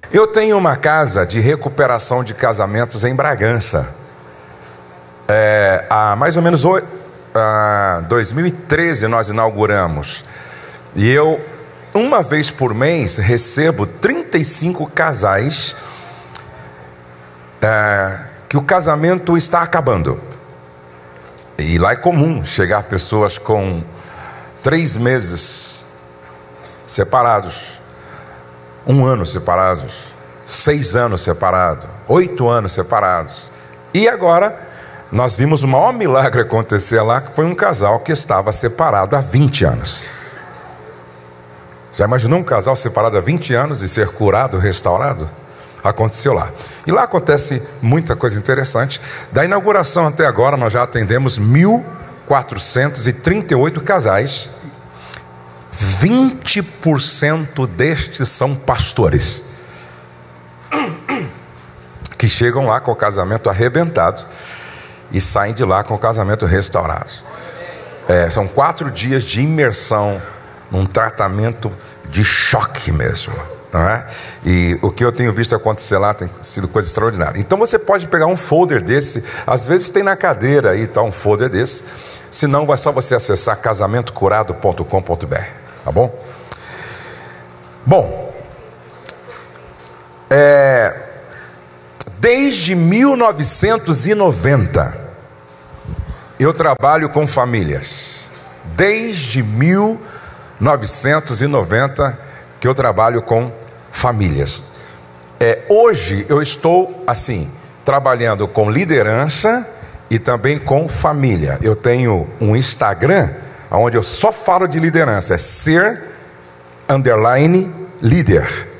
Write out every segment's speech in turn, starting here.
Eu tenho uma casa de recuperação de casamentos em Bragança. Há mais ou menos 2013 nós inauguramos. E eu, uma vez por mês, recebo 35 casais que o casamento está acabando. E lá é comum chegar pessoas com 3 meses separados, 1 ano separados, 6 anos separados, 8 anos separados. E agora nós vimos o maior milagre acontecer lá, que foi um casal que estava separado há 20 anos. Já imaginou um casal separado há 20 anos e ser curado, restaurado? Aconteceu lá. E lá acontece muita coisa interessante. Da inauguração até agora nós já atendemos 1.438 casais. 20% destes são pastores, que chegam lá com o casamento arrebentado e saem de lá com o casamento restaurado. São 4 dias de imersão num tratamento de choque mesmo, não é? E o que eu tenho visto acontecer lá tem sido coisa extraordinária. Então você pode pegar um folder desse, às vezes tem na cadeira aí, tá, um folder desse. Se não, vai só você acessar casamentocurado.com.br, tá bom? Bom, desde 1990 eu trabalho com famílias. Desde 1990 que eu trabalho com famílias. Hoje eu estou assim, trabalhando com liderança e também com família. Eu tenho um Instagram onde eu só falo de liderança, é ser_líder,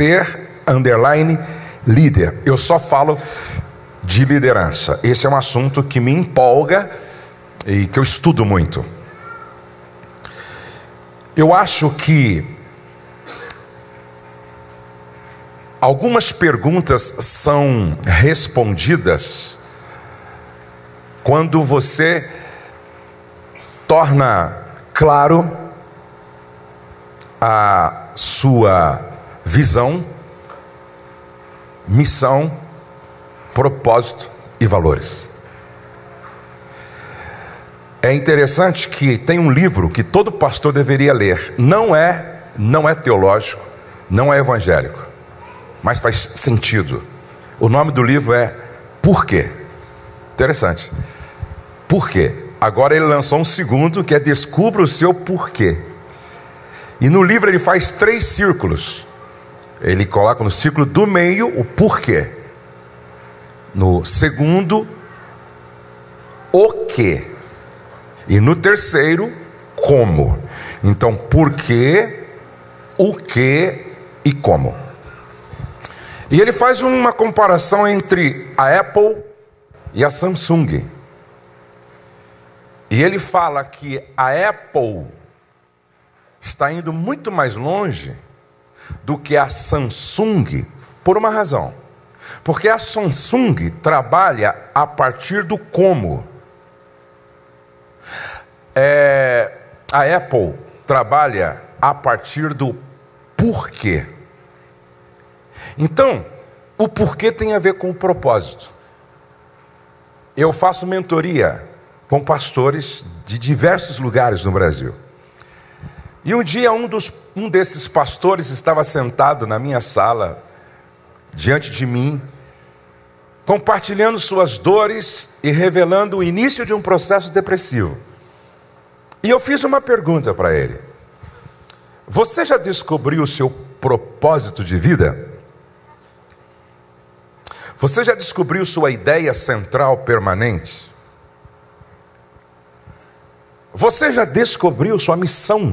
ser_líder. Eu só falo de liderança. Esse é um assunto que me empolga e que eu estudo muito. Eu acho que algumas perguntas são respondidas quando você torna claro a sua visão, missão, propósito e valores. É interessante que tem um livro que todo pastor deveria ler. Não é teológico, não é evangélico, mas faz sentido. O nome do livro é Por quê? Interessante. Por quê? Agora ele lançou um segundo que é Descubra o seu porquê. E no livro ele faz 3 círculos. Ele coloca no círculo do meio o porquê. No segundo, o quê. E no terceiro, como. Então, por quê, o que e como. E ele faz uma comparação entre a Apple e a Samsung. E ele fala que a Apple está indo muito mais longe do que a Samsung, por uma razão. Porque a Samsung trabalha a partir do como. A Apple trabalha a partir do porquê. Então, o porquê tem a ver com o propósito. Eu faço mentoria com pastores de diversos lugares no Brasil. E um dia um desses pastores estava sentado na minha sala, diante de mim, compartilhando suas dores e revelando o início de um processo depressivo. E eu fiz uma pergunta para ele: você já descobriu o seu propósito de vida? Você já descobriu sua ideia central permanente? Você já descobriu sua missão?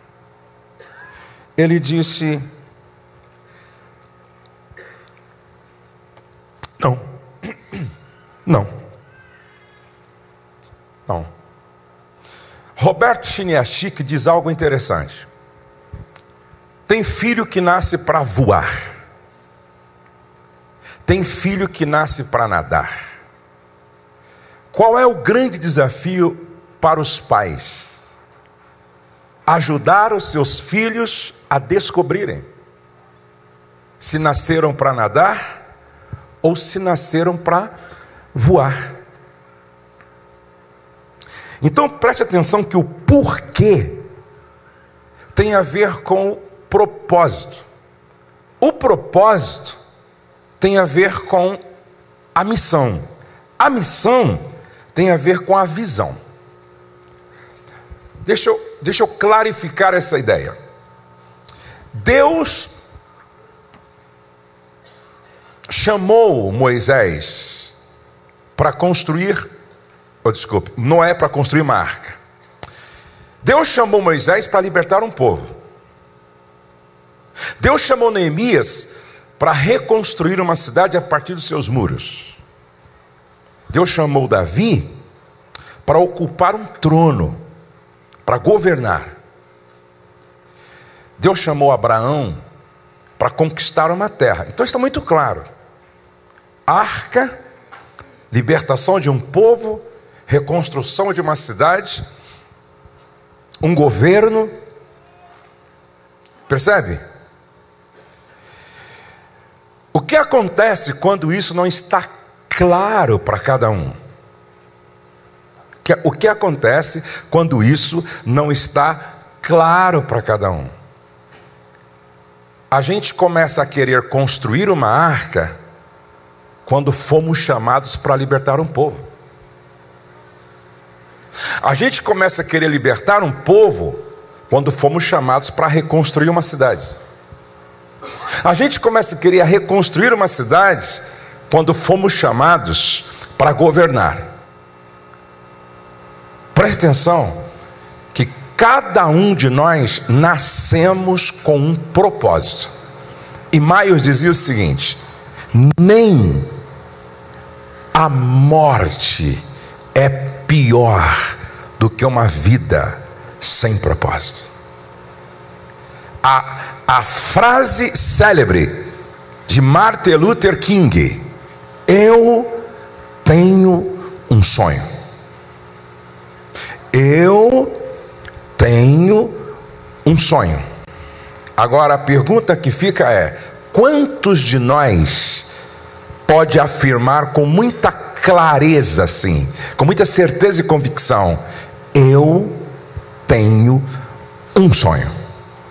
Ele disse: Não. Roberto Chiniachik diz algo interessante. Tem filho que nasce para voar. Tem filho que nasce para nadar. Qual é o grande desafio para os pais? Ajudar os seus filhos a descobrirem. se nasceram para nadar ou se nasceram para voar. Então preste atenção que o porquê tem a ver com o propósito. O propósito tem a ver com a missão. A missão tem a ver com a visão. Deixa eu clarificar essa ideia. Deus chamou Moisés para construir, Noé para construir uma arca. Deus chamou Moisés para libertar um povo. Deus chamou Neemias para reconstruir uma cidade a partir dos seus muros. Deus chamou Davi para ocupar um trono, para governar. Deus chamou Abraão para conquistar uma terra. Então está muito claro. Arca, libertação de um povo, reconstrução de uma cidade, um governo. Percebe? O que acontece quando isso não está claro para cada um? O que acontece quando isso não está claro para cada um? A gente começa a querer construir uma arca quando fomos chamados para libertar um povo. A gente começa a querer libertar um povo quando fomos chamados para reconstruir uma cidade. A gente começa a querer reconstruir uma cidade quando fomos chamados para governar. Preste atenção que cada um de nós nascemos com um propósito. E Maios dizia o seguinte: nem a morte é pior do que uma vida sem propósito. A frase célebre de Martin Luther King: eu tenho um sonho. Eu tenho um sonho. Agora a pergunta que fica é: quantos de nós pode afirmar com muita clareza assim, com muita certeza e convicção: eu tenho um sonho?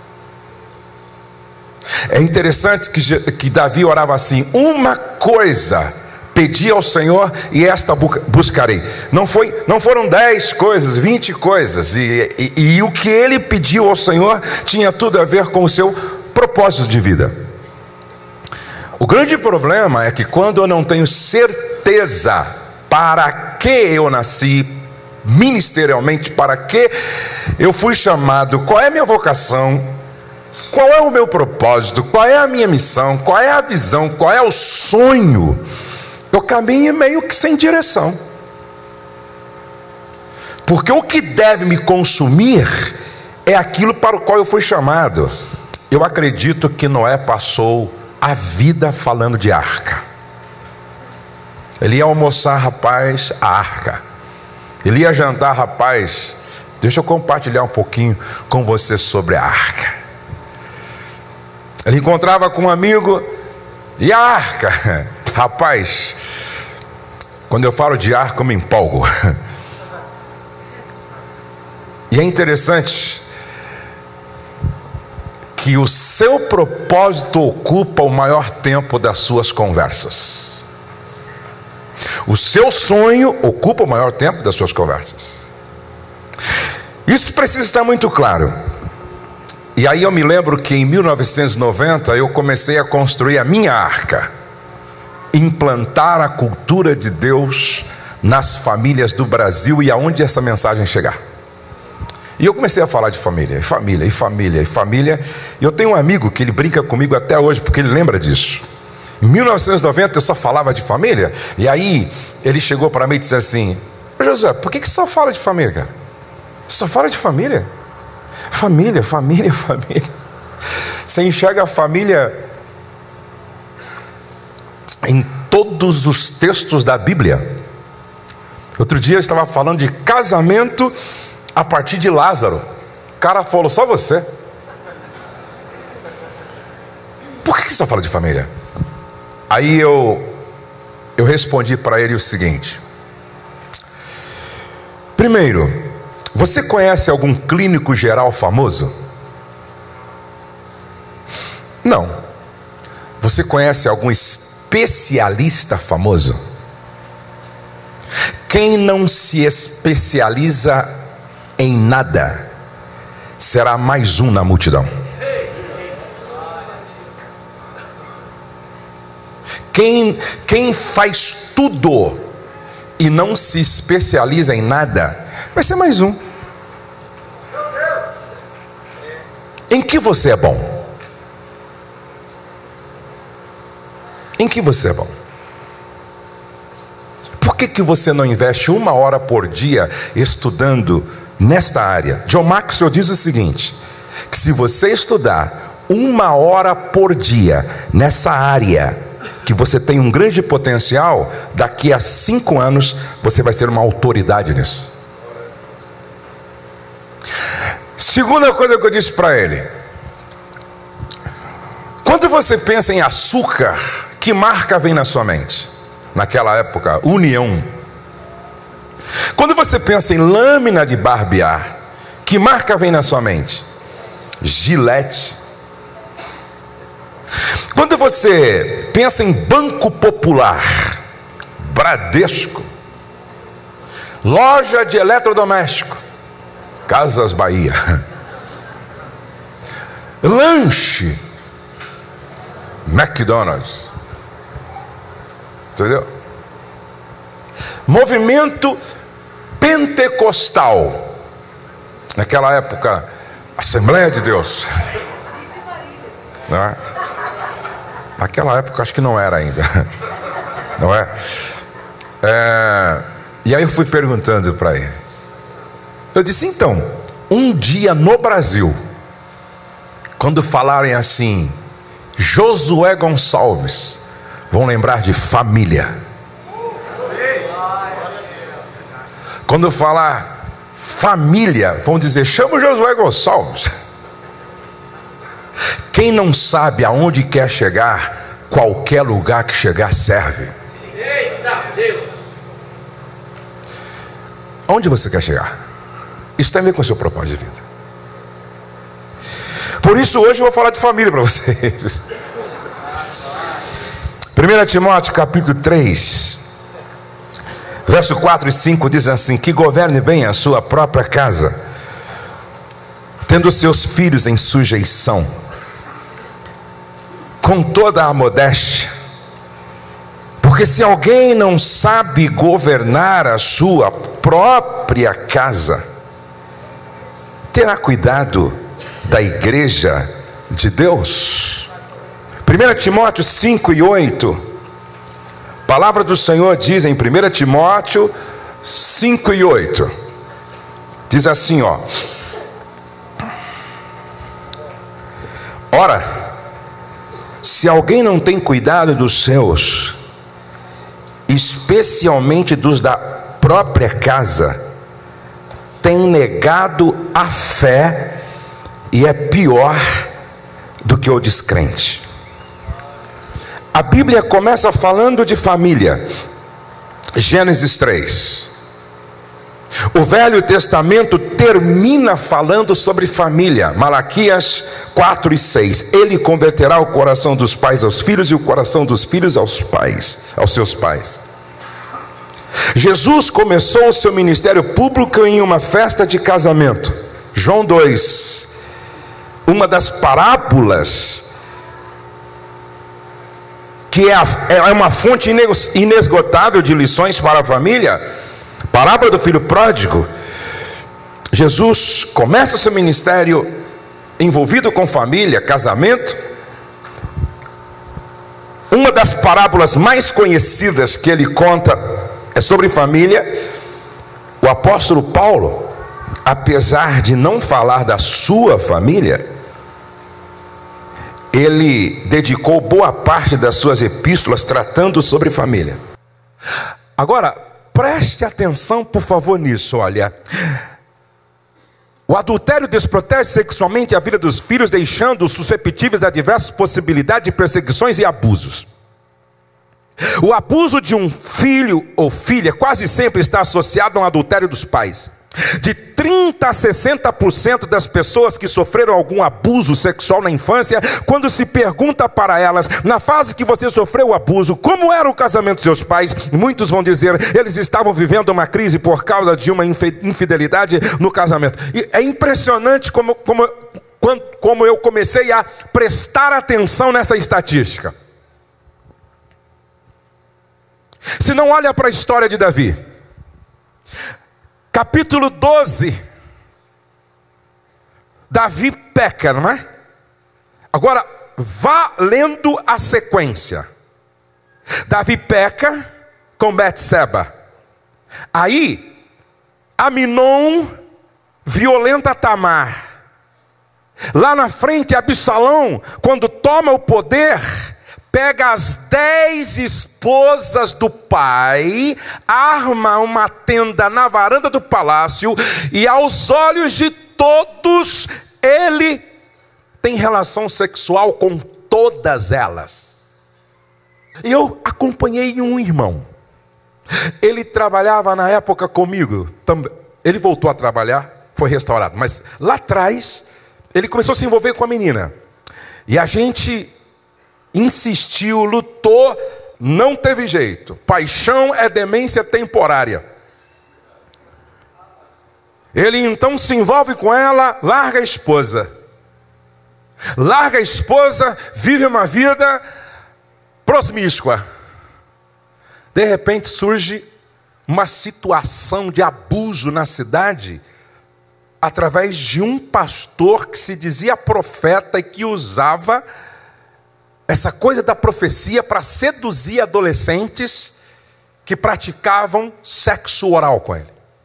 É interessante que Davi orava assim: uma coisa pedi ao Senhor e esta buscarei. Não foram 10 coisas, 20 coisas, e o que ele pediu ao Senhor tinha tudo a ver com o seu propósito de vida. O grande problema é que quando eu não tenho certeza para que eu nasci ministerialmente, para que eu fui chamado, qual é a minha vocação, qual é o meu propósito, qual é a minha missão, qual é a visão, qual é o sonho, eu caminho meio que sem direção. Porque o que deve me consumir é aquilo para o qual eu fui chamado. Eu acredito que Noé passou a vida falando de arca. Ele ia almoçar, rapaz, a arca. Ele ia jantar, rapaz, deixa eu compartilhar um pouquinho com você sobre a arca. Ele encontrava com um amigo, e a arca? Rapaz, quando eu falo de arca eu me empolgo. E é interessante que o seu propósito ocupa o maior tempo das suas conversas. O seu sonho ocupa o maior tempo das suas conversas. Isso precisa estar muito claro. E aí eu me lembro que em 1990 eu comecei a construir a minha arca, implantar a cultura de Deus nas famílias do Brasil e aonde essa mensagem chegar. E eu comecei a falar de família, e família, e família, e família. E eu tenho um amigo que ele brinca comigo até hoje, porque ele lembra disso. Em 1990 eu só falava de família. E aí ele chegou para mim e disse assim: Josué, por que só fala de família, cara? Só fala de família? Família, família, família. Você enxerga a família em todos os textos da Bíblia. Outro dia eu estava falando de casamento a partir de Lázaro. O cara falou: só você. Por que que você só fala de família? Aí eu respondi para ele o seguinte: primeiro, você conhece algum clínico geral famoso? Não. Você conhece algum especialista famoso? Quem não se especializa em nada será mais um na multidão. Quem faz tudo e não se especializa em nada vai ser mais um. Em que você é bom? Em que você é bom? Por que você não investe 1 hora por dia estudando nesta área? John Maxwell diz o seguinte: que se você estudar 1 hora por dia nessa área, que você tem um grande potencial, daqui a 5 anos você vai ser uma autoridade nisso. Segunda coisa que eu disse para ele: quando você pensa em açúcar, que marca vem na sua mente? Naquela época, União. Quando você pensa em lâmina de barbear, que marca vem na sua mente? Gillette. Quando você pensa em Banco Popular, Bradesco. Loja de eletrodoméstico, Casas Bahia. Lanche, McDonald's. Entendeu? Movimento pentecostal, naquela época, Assembleia de Deus, não é? Naquela época acho que não era ainda, não é? E aí eu fui perguntando para ele. Eu disse: então, um dia no Brasil, quando falarem assim, Josué Gonçalves, vão lembrar de família. Quando falar família, vão dizer: chama o Josué Gonçalves. Quem não sabe aonde quer chegar, qualquer lugar que chegar serve. Eita Deus! Onde você quer chegar? Isso tem a ver com o seu propósito de vida. Por isso hoje eu vou falar de família para vocês. 1 Timóteo capítulo 3, verso 4 e 5 diz assim: que governe bem a sua própria casa, tendo seus filhos em sujeição, com toda a modéstia, porque se alguém não sabe governar a sua própria casa, terá cuidado da igreja de Deus. 1 Timóteo 5 e 8, a palavra do Senhor diz em 1 Timóteo 5 e 8, diz assim, ó: ora, se alguém não tem cuidado dos seus, especialmente dos da própria casa, tem negado a fé e é pior do que o descrente. A Bíblia começa falando de família, Gênesis 3. O Velho Testamento termina falando sobre família, Malaquias 4 e 6. Ele converterá o coração dos pais aos filhos e o coração dos filhos aos seus pais. Jesus começou o seu ministério público em uma festa de casamento. João 2, uma das parábolas que é uma fonte inesgotável de lições para a família, parábola do filho pródigo. Jesus começa o seu ministério envolvido com família, casamento. Uma das parábolas mais conhecidas que ele conta é sobre família. O apóstolo Paulo, apesar de não falar da sua família, ele dedicou boa parte das suas epístolas tratando sobre família. Agora, preste atenção, por favor, nisso. Olha, O adultério desprotege sexualmente a vida dos filhos, deixando-os suscetíveis a diversas possibilidades de perseguições e abusos. O abuso de um filho ou filha quase sempre está associado a um adultério dos pais. De 30% a 60% das pessoas que sofreram algum abuso sexual na infância, quando se pergunta para elas, na fase que você sofreu o abuso, como era o casamento dos seus pais, muitos vão dizer, eles estavam vivendo uma crise por causa de uma infidelidade no casamento. E é impressionante como eu comecei a prestar atenção nessa estatística. Se não olha para a história de Davi, capítulo 12, Davi peca, não é? Agora, vá lendo a sequência. Davi peca com Betseba. Aí, Aminon violenta Tamar. Lá na frente, Absalão, quando toma o poder, pega as 10 esposas do pai, arma uma tenda na varanda do palácio, e aos olhos de todos, ele tem relação sexual com todas elas. E eu acompanhei um irmão, ele trabalhava na época comigo, ele voltou a trabalhar, foi restaurado, mas lá atrás, ele começou a se envolver com a menina, e a gente insistiu, lutou, não teve jeito. Paixão é demência temporária. Ele então se envolve com ela, larga a esposa. Larga a esposa, vive uma vida promíscua. De repente surge uma situação de abuso na cidade, através de um pastor que se dizia profeta e que usava essa coisa da profecia para seduzir adolescentes que praticavam sexo oral com ele.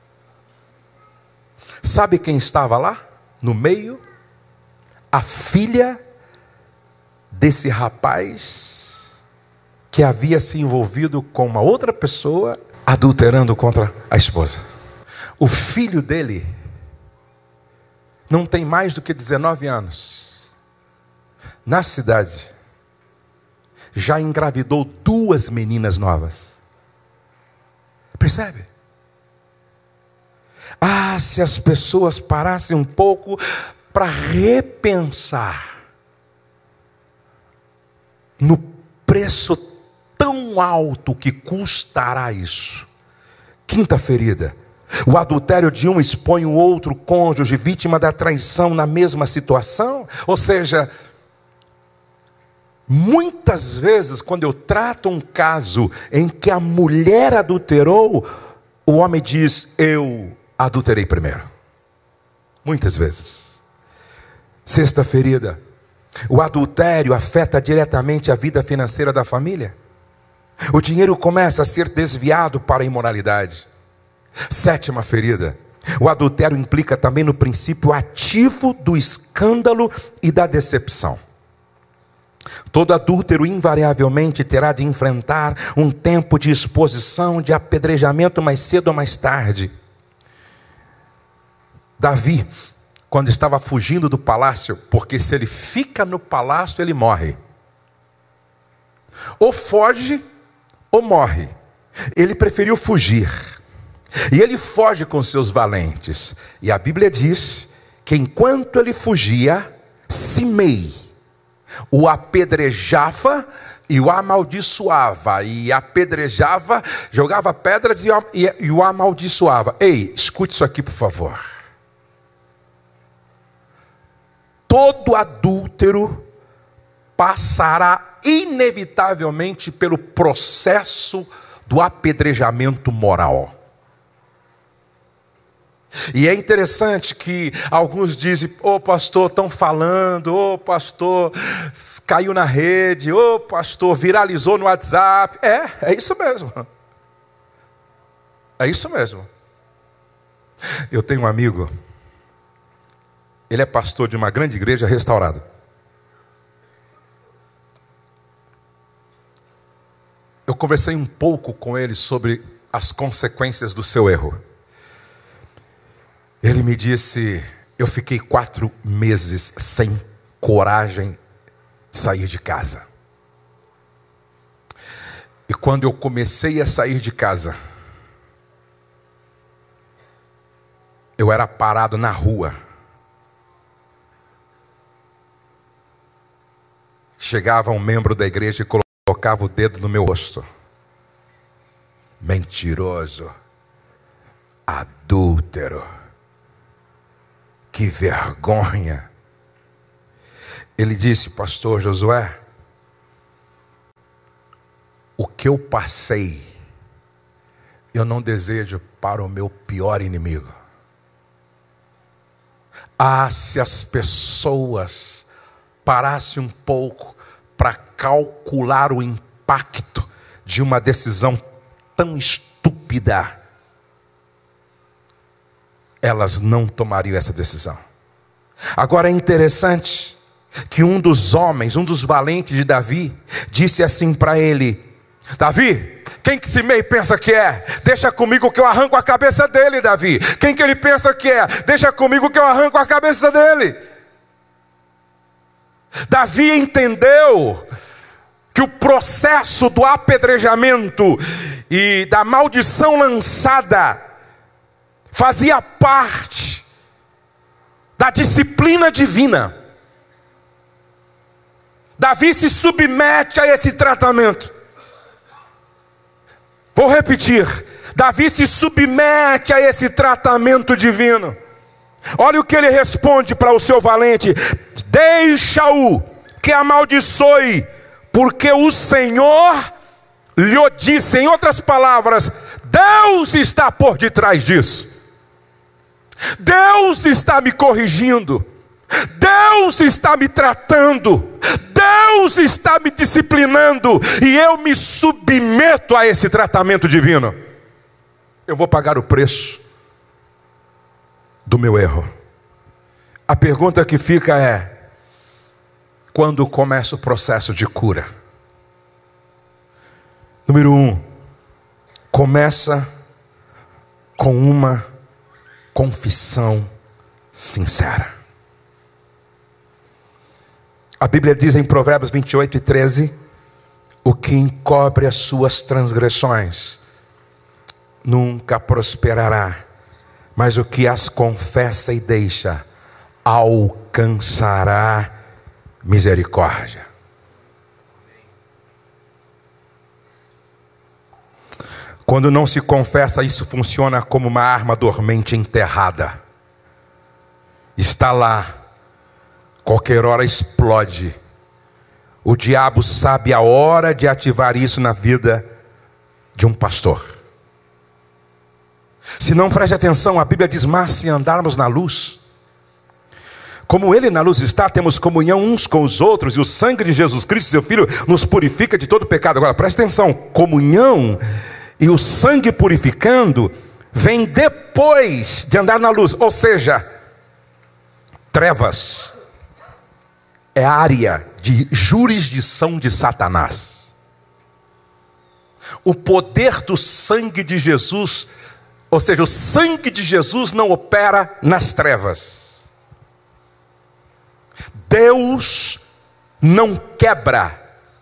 Sabe quem estava lá? No meio? A filha desse rapaz que havia se envolvido com uma outra pessoa, adulterando contra a esposa. O filho dele não tem mais do que 19 anos. Na cidade, já engravidou 2 meninas novas. Percebe? Ah, se as pessoas parassem um pouco para repensar no preço tão alto que custará isso. Quinta ferida: o adultério de um expõe o outro cônjuge vítima da traição na mesma situação. Ou seja, muitas vezes, quando eu trato um caso em que a mulher adulterou, o homem diz, eu adulterei primeiro. Muitas vezes. Sexta ferida: o adultério afeta diretamente a vida financeira da família. O dinheiro começa a ser desviado para a imoralidade. Sétima ferida: o adultério implica também no princípio ativo do escândalo e da decepção. Todo adúltero invariavelmente terá de enfrentar um tempo de exposição, de apedrejamento mais cedo ou mais tarde. Davi, quando estava fugindo do palácio, porque se ele fica no palácio, ele morre. Ou foge, ou morre. Ele preferiu fugir. E ele foge com seus valentes. E a Bíblia diz que enquanto ele fugia, Simei o apedrejava e o amaldiçoava, e apedrejava, jogava pedras e o amaldiçoava. Ei, escute isso aqui por favor. Todo adúltero passará inevitavelmente pelo processo do apedrejamento moral. E é interessante que alguns dizem, ô pastor, estão falando, ô pastor, caiu na rede, ô pastor, viralizou no WhatsApp. É isso mesmo. É isso mesmo. Eu tenho um amigo, ele é pastor de uma grande igreja restaurado. Eu conversei um pouco com ele sobre as consequências do seu erro. Ele me disse, eu fiquei 4 meses sem coragem de sair de casa. E quando eu comecei a sair de casa, eu era parado na rua. Chegava um membro da igreja e colocava o dedo no meu rosto. Mentiroso, adúltero, que vergonha. Ele disse: pastor Josué, o que eu passei, eu não desejo para o meu pior inimigo. Ah, se as pessoas parassem um pouco para calcular o impacto de uma decisão tão estúpida, elas não tomariam essa decisão. Agora é interessante que um dos homens, um dos valentes de Davi, disse assim para ele: Davi, quem que Simei pensa que é? Deixa comigo que eu arranco a cabeça dele, Davi. Quem que ele pensa que é? Deixa comigo que eu arranco a cabeça dele. Davi entendeu que o processo do apedrejamento e da maldição lançada fazia parte da disciplina divina. Davi se submete a esse tratamento. Vou repetir: Davi se submete a esse tratamento divino. Olha o que ele responde para o seu valente: deixa-o que amaldiçoe, porque o Senhor lhe disse. Em outras palavras, Deus está por detrás disso. Deus está me corrigindo. Deus está me tratando. Deus está me disciplinando. E eu me submeto a esse tratamento divino. Eu vou pagar o preço do meu erro. A pergunta que fica é: quando começa o processo de cura? Número 1, começa com uma confissão sincera. A Bíblia diz em Provérbios 28:13: o que encobre as suas transgressões nunca prosperará, mas o que as confessa e deixa alcançará misericórdia. Quando não se confessa, isso funciona como uma arma dormente enterrada. Está lá, qualquer hora explode. O diabo sabe a hora de ativar isso na vida de um pastor. Se não, preste atenção, a Bíblia diz: mas se andarmos na luz, como Ele na luz está, temos comunhão uns com os outros, e o sangue de Jesus Cristo, seu Filho, nos purifica de todo pecado. Agora, preste atenção, comunhão e o sangue purificando vem depois de andar na luz. Ou seja, trevas é a área de jurisdição de Satanás. O poder do sangue de Jesus, ou seja, o sangue de Jesus não opera nas trevas. Deus não quebra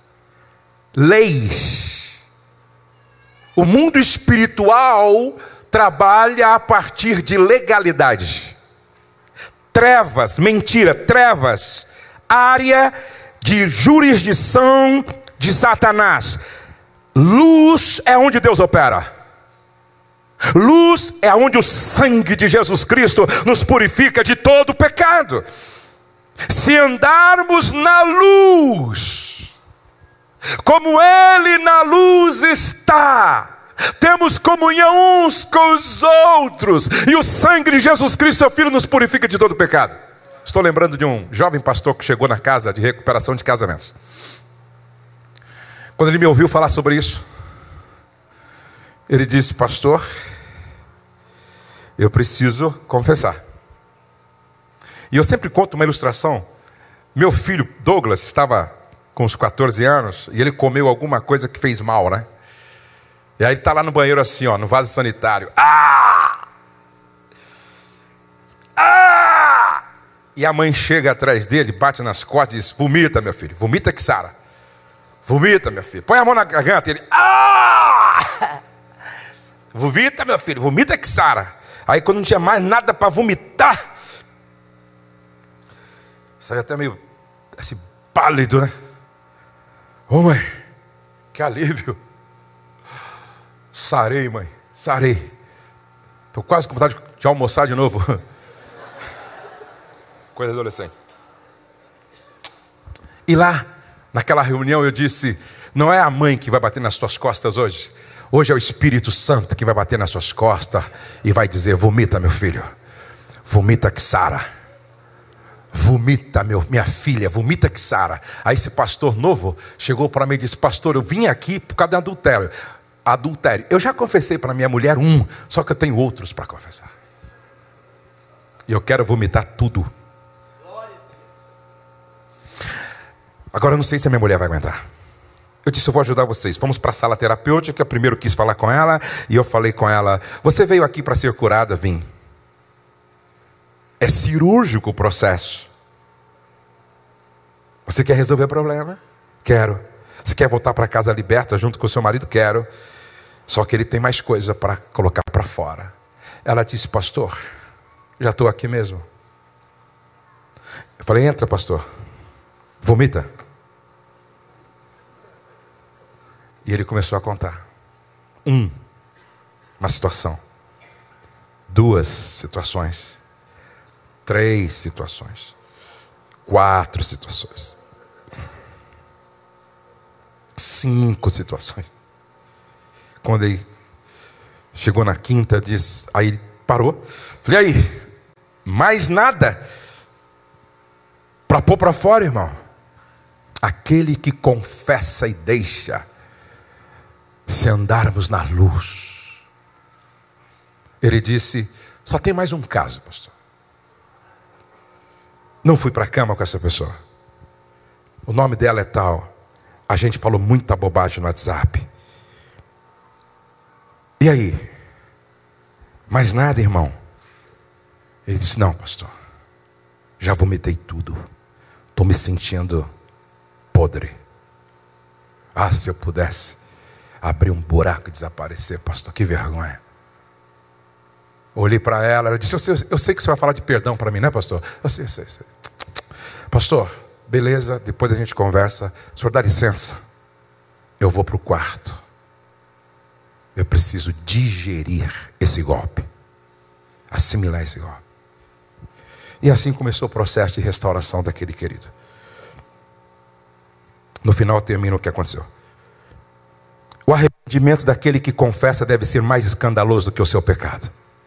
leis. O mundo espiritual trabalha a partir de legalidade. Trevas, mentira, trevas, área de jurisdição de Satanás. Luz é onde Deus opera. Luz é onde o sangue de Jesus Cristo nos purifica de todo pecado. Se andarmos na luz, como Ele na luz está, temos comunhão uns com os outros, e o sangue de Jesus Cristo, seu Filho, nos purifica de todo pecado. Estou lembrando de um jovem pastor que chegou na casa de recuperação de casamentos. Quando ele me ouviu falar sobre isso, ele disse: pastor, eu preciso confessar. E eu sempre conto uma ilustração. Meu filho Douglas estava com uns 14 anos, e ele comeu alguma coisa que fez mal, né? E aí ele está lá no banheiro assim, ó, no vaso sanitário. E a mãe chega atrás dele, bate nas costas e diz: vomita, meu filho, vomita que sara. Vomita, meu filho, põe a mão na garganta. Ele: ah! Vomita, meu filho, vomita que sara. Aí quando não tinha mais nada para vomitar, saiu até meio assim, pálido, né? Ô mãe, que alívio. Sarei, mãe, sarei. Estou quase com vontade de almoçar de novo. Coisa de adolescente. E lá, naquela reunião, eu disse: não é a mãe que vai bater nas suas costas hoje. Hoje é o Espírito Santo que vai bater nas suas costas e vai dizer: vomita, meu filho, vomita que sara. Vomita, minha filha, vomita que sara. Aí esse pastor novo chegou para mim e disse: pastor, eu vim aqui por causa do adultério. Adultério, eu já confessei para minha mulher só que eu tenho outros para confessar. E eu quero vomitar tudo. Agora eu não sei se a minha mulher vai aguentar. Eu disse: eu vou ajudar vocês. Vamos para a sala terapêutica. Primeiro quis falar com ela. E eu falei com ela: você veio aqui para ser curada? Vim. É cirúrgico o processo. Você quer resolver o problema? Quero. Você quer voltar para casa liberta junto com o seu marido? Quero. Só que ele tem mais coisa para colocar para fora. Ela disse: pastor, já estou aqui mesmo. Eu falei: entra, pastor. Vomita. E ele começou a contar. Uma situação. 2 situações. 3 situações. 4 situações. 5 situações. Quando ele chegou na 5ª, aí ele parou. Falei: aí, mais nada para pôr para fora, irmão? Aquele que confessa e deixa, se andarmos na luz. Ele disse: só tem mais um caso, pastor. Não fui para a cama com essa pessoa. O nome dela é tal. A gente falou muita bobagem no WhatsApp. E aí? Mais nada, irmão? Ele disse: não, pastor, já vomitei tudo. Estou me sentindo podre. Ah, se eu pudesse abrir um buraco e desaparecer, pastor, que vergonha. Olhei para ela, ela disse: eu sei que você vai falar de perdão para mim, né, pastor? Eu sei. Pastor, beleza, depois a gente conversa. O senhor dá licença, eu vou para o quarto. Eu preciso digerir esse golpe, assimilar esse golpe. E assim começou o processo de restauração daquele querido. No final termina o que aconteceu. O arrependimento daquele que confessa deve ser mais escandaloso do que o seu pecado.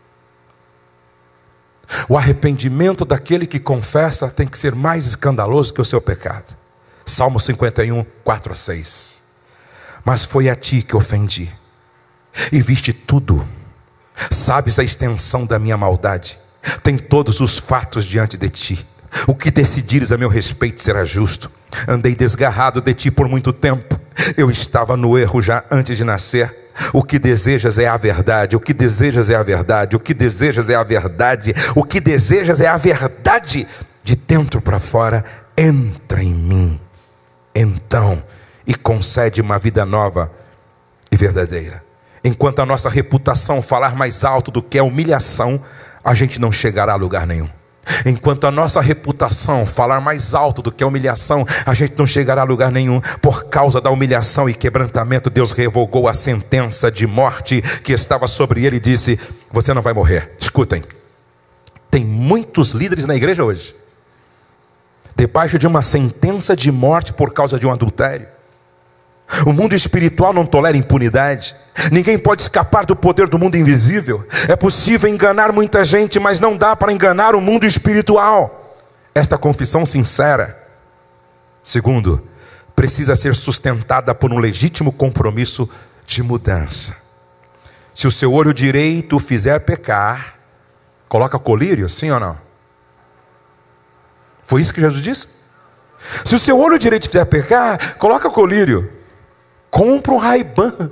O arrependimento daquele que confessa tem que ser mais escandaloso que o seu pecado. Salmo 51, 4-6. Mas foi a ti que ofendi, e viste tudo. Sabes a extensão da minha maldade. Tem todos os fatos diante de ti. O que decidires a meu respeito será justo. Andei desgarrado de ti por muito tempo. Eu estava no erro já antes de nascer. O que desejas é a verdade. O que desejas é a verdade. O que desejas é a verdade. O que desejas é a verdade. De dentro para fora, entra em mim. Então, e concede uma vida nova e verdadeira. Enquanto a nossa reputação falar mais alto do que a humilhação, a gente não chegará a lugar nenhum. Enquanto a nossa reputação falar mais alto do que a humilhação, a gente não chegará a lugar nenhum. Por causa da humilhação e quebrantamento, Deus revogou a sentença de morte que estava sobre ele e disse: você não vai morrer. Escutem, tem muitos líderes na igreja hoje debaixo de uma sentença de morte por causa de um adultério. O mundo espiritual não tolera impunidade. Ninguém pode escapar do poder do mundo invisível. É possível enganar muita gente, mas não dá para enganar o mundo espiritual. Esta confissão sincera, segundo, precisa ser sustentada por um legítimo compromisso de mudança. Se o seu olho direito o fizer pecar, coloca colírio, sim ou não? Foi isso que Jesus disse? Se o seu olho direito fizer pecar, coloca colírio. Compra um Ray-Ban.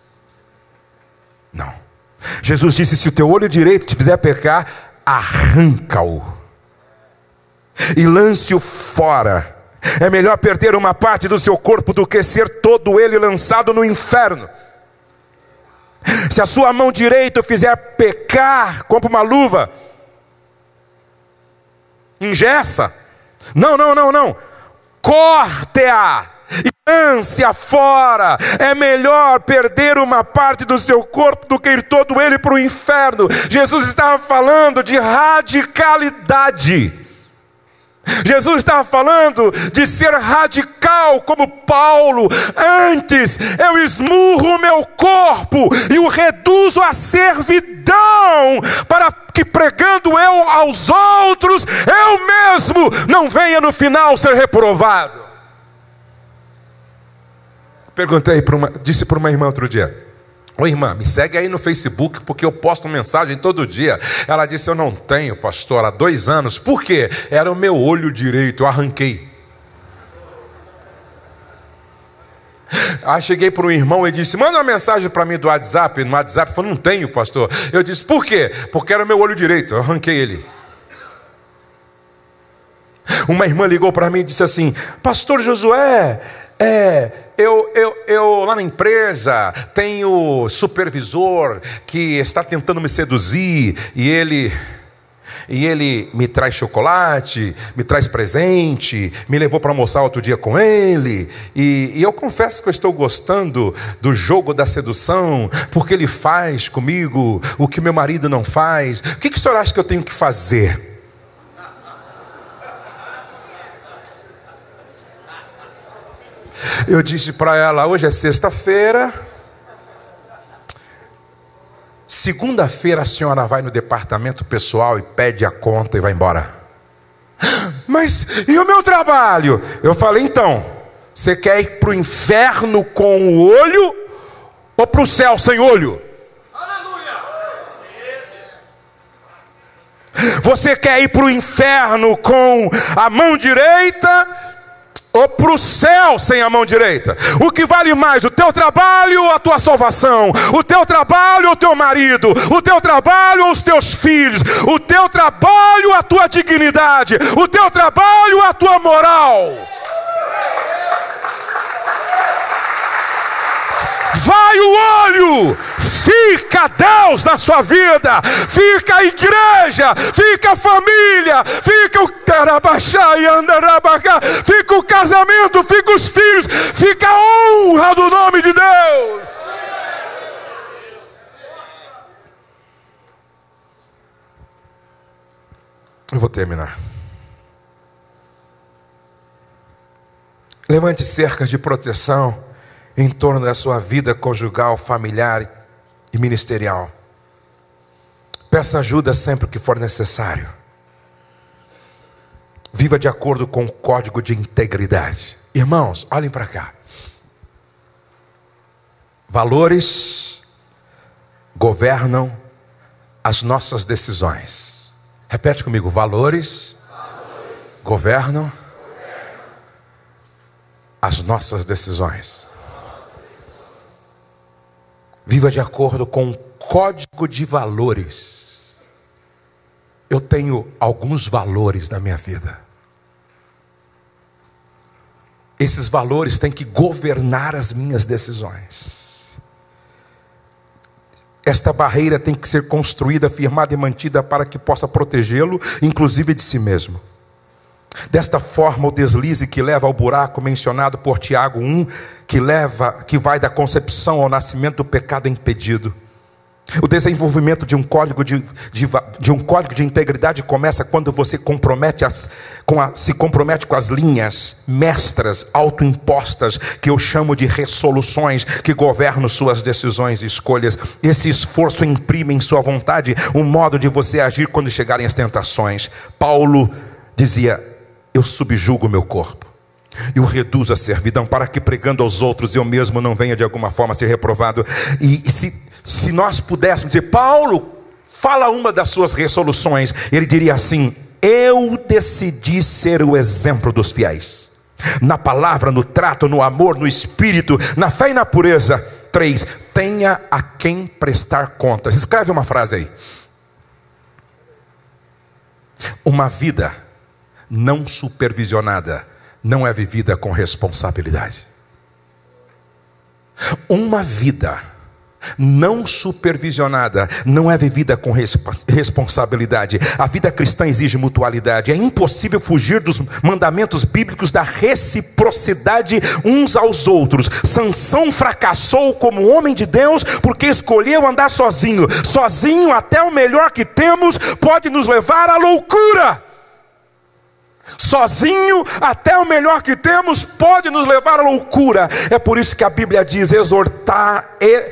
Não. Jesus disse: se o teu olho direito te fizer pecar, arranca-o. e lance-o fora. É melhor perder uma parte do seu corpo do que ser todo ele lançado no inferno. Se a sua mão direita o fizer pecar, compra uma luva, engessa. Não. Corte-a e lance-a fora. É melhor perder uma parte do seu corpo do que ir todo ele para o inferno. Jesus estava falando de radicalidade. Jesus estava falando de ser radical como Paulo. Antes eu esmurro o meu corpo e o reduzo à servidão, para que pregando eu aos outros, eu mesmo não venha no final ser reprovado. Disse para uma irmã outro dia: oi irmã, me segue aí no Facebook, porque eu posto mensagem todo dia. Ela disse: eu não tenho, pastor, há 2 anos. Por quê? Era o meu olho direito, eu arranquei. Aí cheguei para um irmão e disse: manda uma mensagem para mim do WhatsApp. No WhatsApp, falou: não tenho, pastor. Eu disse: por quê? Porque era o meu olho direito, eu arranquei ele. Uma irmã ligou para mim e disse assim: pastor Josué, eu lá na empresa tenho supervisor que está tentando me seduzir, e ele me traz chocolate, me traz presente, me levou para almoçar outro dia com ele, e eu confesso que eu estou gostando do jogo da sedução, porque ele faz comigo o que meu marido não faz. O que o senhor acha que eu tenho que fazer? Eu disse para ela: hoje é sexta-feira, segunda-feira a senhora vai no departamento pessoal e pede a conta e vai embora. Mas e o meu trabalho? Eu falei: então, você quer ir para o inferno com o olho ou para o céu sem olho? Você quer ir para o inferno com a mão direita ou para o céu sem a mão direita? O que vale mais, o teu trabalho ou a tua salvação? O teu trabalho ou o teu marido? O teu trabalho ou os teus filhos? O teu trabalho ou a tua dignidade? O teu trabalho ou a tua moral? Vai o olho, fica Deus na sua vida, fica a igreja, fica a família, fica o terabaxá e andarabacá, fica o casamento, fica os filhos, fica a honra do nome de Deus. Eu vou terminar. Levante cercas de proteção em torno da sua vida conjugal, familiar e ministerial. Peça ajuda sempre que for necessário. Viva de acordo com o código de integridade. Irmãos, olhem para cá. Valores governam as nossas decisões. Repete comigo: valores governam as nossas decisões. Viva de acordo com o código de valores. Eu tenho alguns valores na minha vida. Esses valores têm que governar as minhas decisões. Esta barreira tem que ser construída, firmada e mantida para que possa protegê-lo, inclusive de si mesmo. Desta forma, o deslize que leva ao buraco mencionado por Tiago 1, que vai da concepção ao nascimento do pecado, é impedido. O desenvolvimento de um código de integridade começa quando você se compromete com as linhas mestras autoimpostas, que eu chamo de resoluções, que governam suas decisões e escolhas. Esse esforço imprime em sua vontade um modo de você agir quando chegarem as tentações. Paulo dizia: eu subjugo o meu corpo e o reduzo à servidão, para que pregando aos outros eu mesmo não venha de alguma forma a ser reprovado. E se nós pudéssemos dizer: Paulo, fala uma das suas resoluções, ele diria assim: eu decidi ser o exemplo dos fiéis, na palavra, no trato, no amor, no espírito, na fé e na pureza. 3, tenha a quem prestar contas. Escreve uma frase aí: uma vida não supervisionada não é vivida com responsabilidade. Uma vida não supervisionada não é vivida com responsabilidade. A vida cristã exige mutualidade. É impossível fugir dos mandamentos bíblicos da reciprocidade uns aos outros. Sansão fracassou como homem de Deus porque escolheu andar sozinho. Sozinho, até o melhor que temos pode nos levar à loucura. Sozinho, até o melhor que temos pode nos levar à loucura. É por isso que a Bíblia diz exortar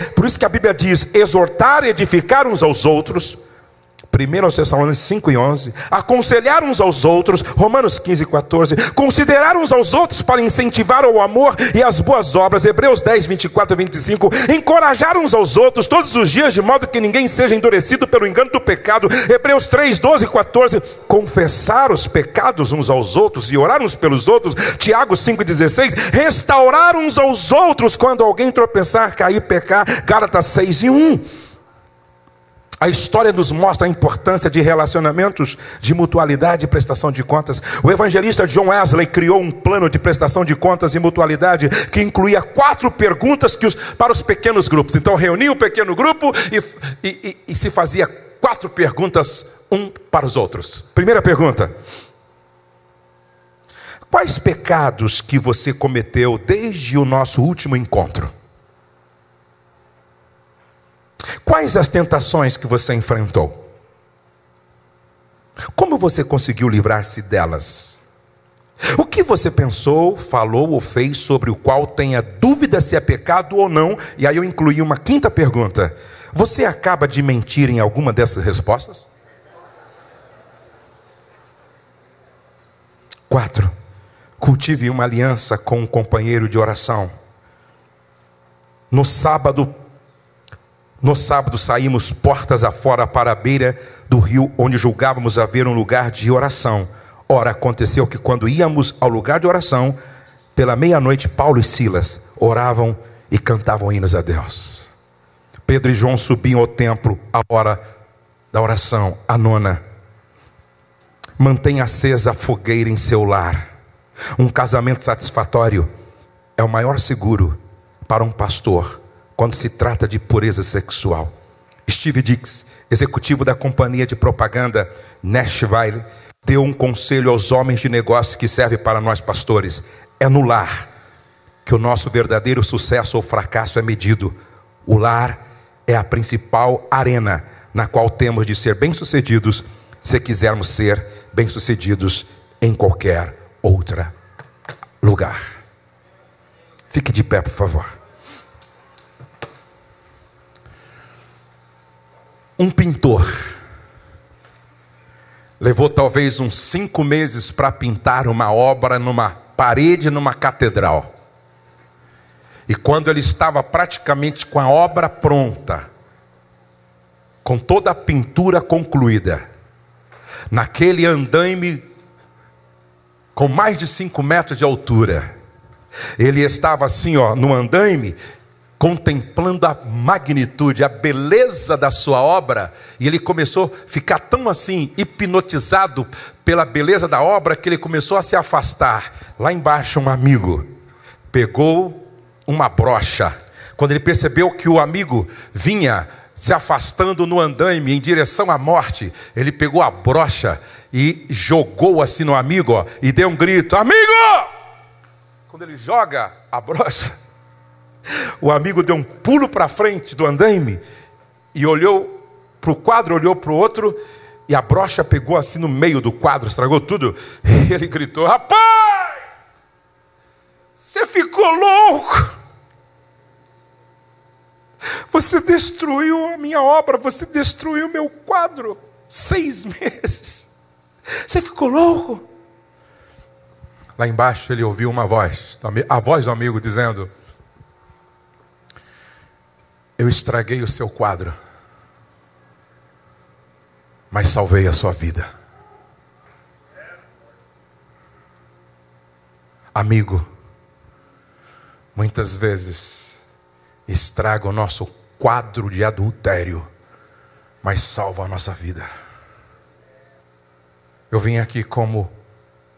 e edificar uns aos outros. 1 Tessalonicenses 5 e 11. Aconselhar uns aos outros. Romanos 15 e 14. Considerar uns aos outros para incentivar o amor e as boas obras. Hebreus 10, 24 e 25. Encorajar uns aos outros todos os dias, de modo que ninguém seja endurecido pelo engano do pecado. Hebreus 3, 12 e 14. Confessar os pecados uns aos outros e orar uns pelos outros. Tiago 5 e 16. Restaurar uns aos outros quando alguém tropeçar, cair, pecar. Gálatas 6 e 1. A história nos mostra a importância de relacionamentos, de mutualidade e prestação de contas. O evangelista John Wesley criou um plano de prestação de contas e mutualidade que incluía 4 perguntas para os pequenos grupos. Então reunia o pequeno grupo e se fazia 4 perguntas um para os outros. Primeira pergunta: quais pecados que você cometeu desde o nosso último encontro? Quais as tentações que você enfrentou? Como você conseguiu livrar-se delas? O que você pensou, falou ou fez sobre o qual tenha dúvida se é pecado ou não? E aí eu incluí uma 5ª pergunta: você acaba de mentir em alguma dessas respostas? 4. Cultive uma aliança com um companheiro de oração. No sábado saímos portas afora para a beira do rio, onde julgávamos haver um lugar de oração. Ora, aconteceu que quando íamos ao lugar de oração, pela meia-noite Paulo e Silas oravam e cantavam hinos a Deus. Pedro e João subiam ao templo à hora da oração, a 9ª. Mantenha acesa a fogueira em seu lar. Um casamento satisfatório é o maior seguro para um pastor quando se trata de pureza sexual. Steve Dix, executivo da companhia de propaganda Nashville, deu um conselho aos homens de negócio que serve para nós pastores: é no lar que o nosso verdadeiro sucesso ou fracasso é medido. O lar é a principal arena na qual temos de ser bem-sucedidos, se quisermos ser bem-sucedidos em qualquer outro lugar. Fique de pé, por favor. Um pintor levou talvez uns 5 meses para pintar uma obra numa parede, numa catedral. E quando ele estava praticamente com a obra pronta, com toda a pintura concluída, naquele andaime com mais de 5 metros de altura, ele estava assim, no andaime, contemplando a magnitude, a beleza da sua obra, e ele começou a ficar tão assim, hipnotizado pela beleza da obra, que ele começou a se afastar. Lá embaixo um amigo pegou uma brocha. Quando ele percebeu que o amigo vinha se afastando no andaime em direção à morte, ele pegou a brocha e jogou assim no amigo, e deu um grito: amigo! Quando ele joga a brocha, o amigo deu um pulo para frente do andaime e olhou para o quadro, olhou para o outro, e a brocha pegou assim no meio do quadro, estragou tudo. E ele gritou: rapaz, você ficou louco, você destruiu a minha obra, você destruiu o meu quadro, 6 meses, você ficou louco. Lá embaixo ele ouviu uma voz, a voz do amigo dizendo: eu estraguei o seu quadro, mas salvei a sua vida. Amigo, muitas vezes estraga o nosso quadro de adultério, mas salva a nossa vida. Eu vim aqui como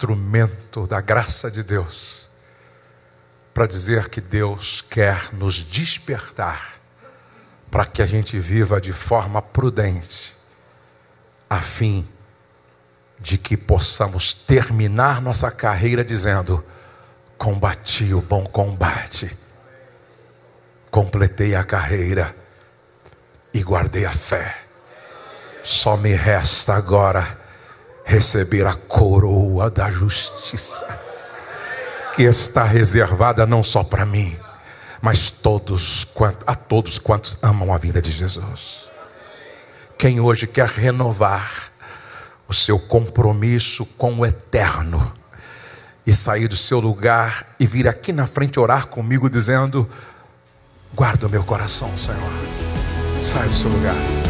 instrumento da graça de Deus para dizer que Deus quer nos despertar para que a gente viva de forma prudente, a fim de que possamos terminar nossa carreira dizendo: combati o bom combate, completei a carreira e guardei a fé. Só me resta agora receber a coroa da justiça, que está reservada não só para mim, mas a todos quantos amam a vida de Jesus. Quem hoje quer renovar o seu compromisso com o eterno e sair do seu lugar e vir aqui na frente orar comigo dizendo: guarda o meu coração, Senhor. Sai do seu lugar.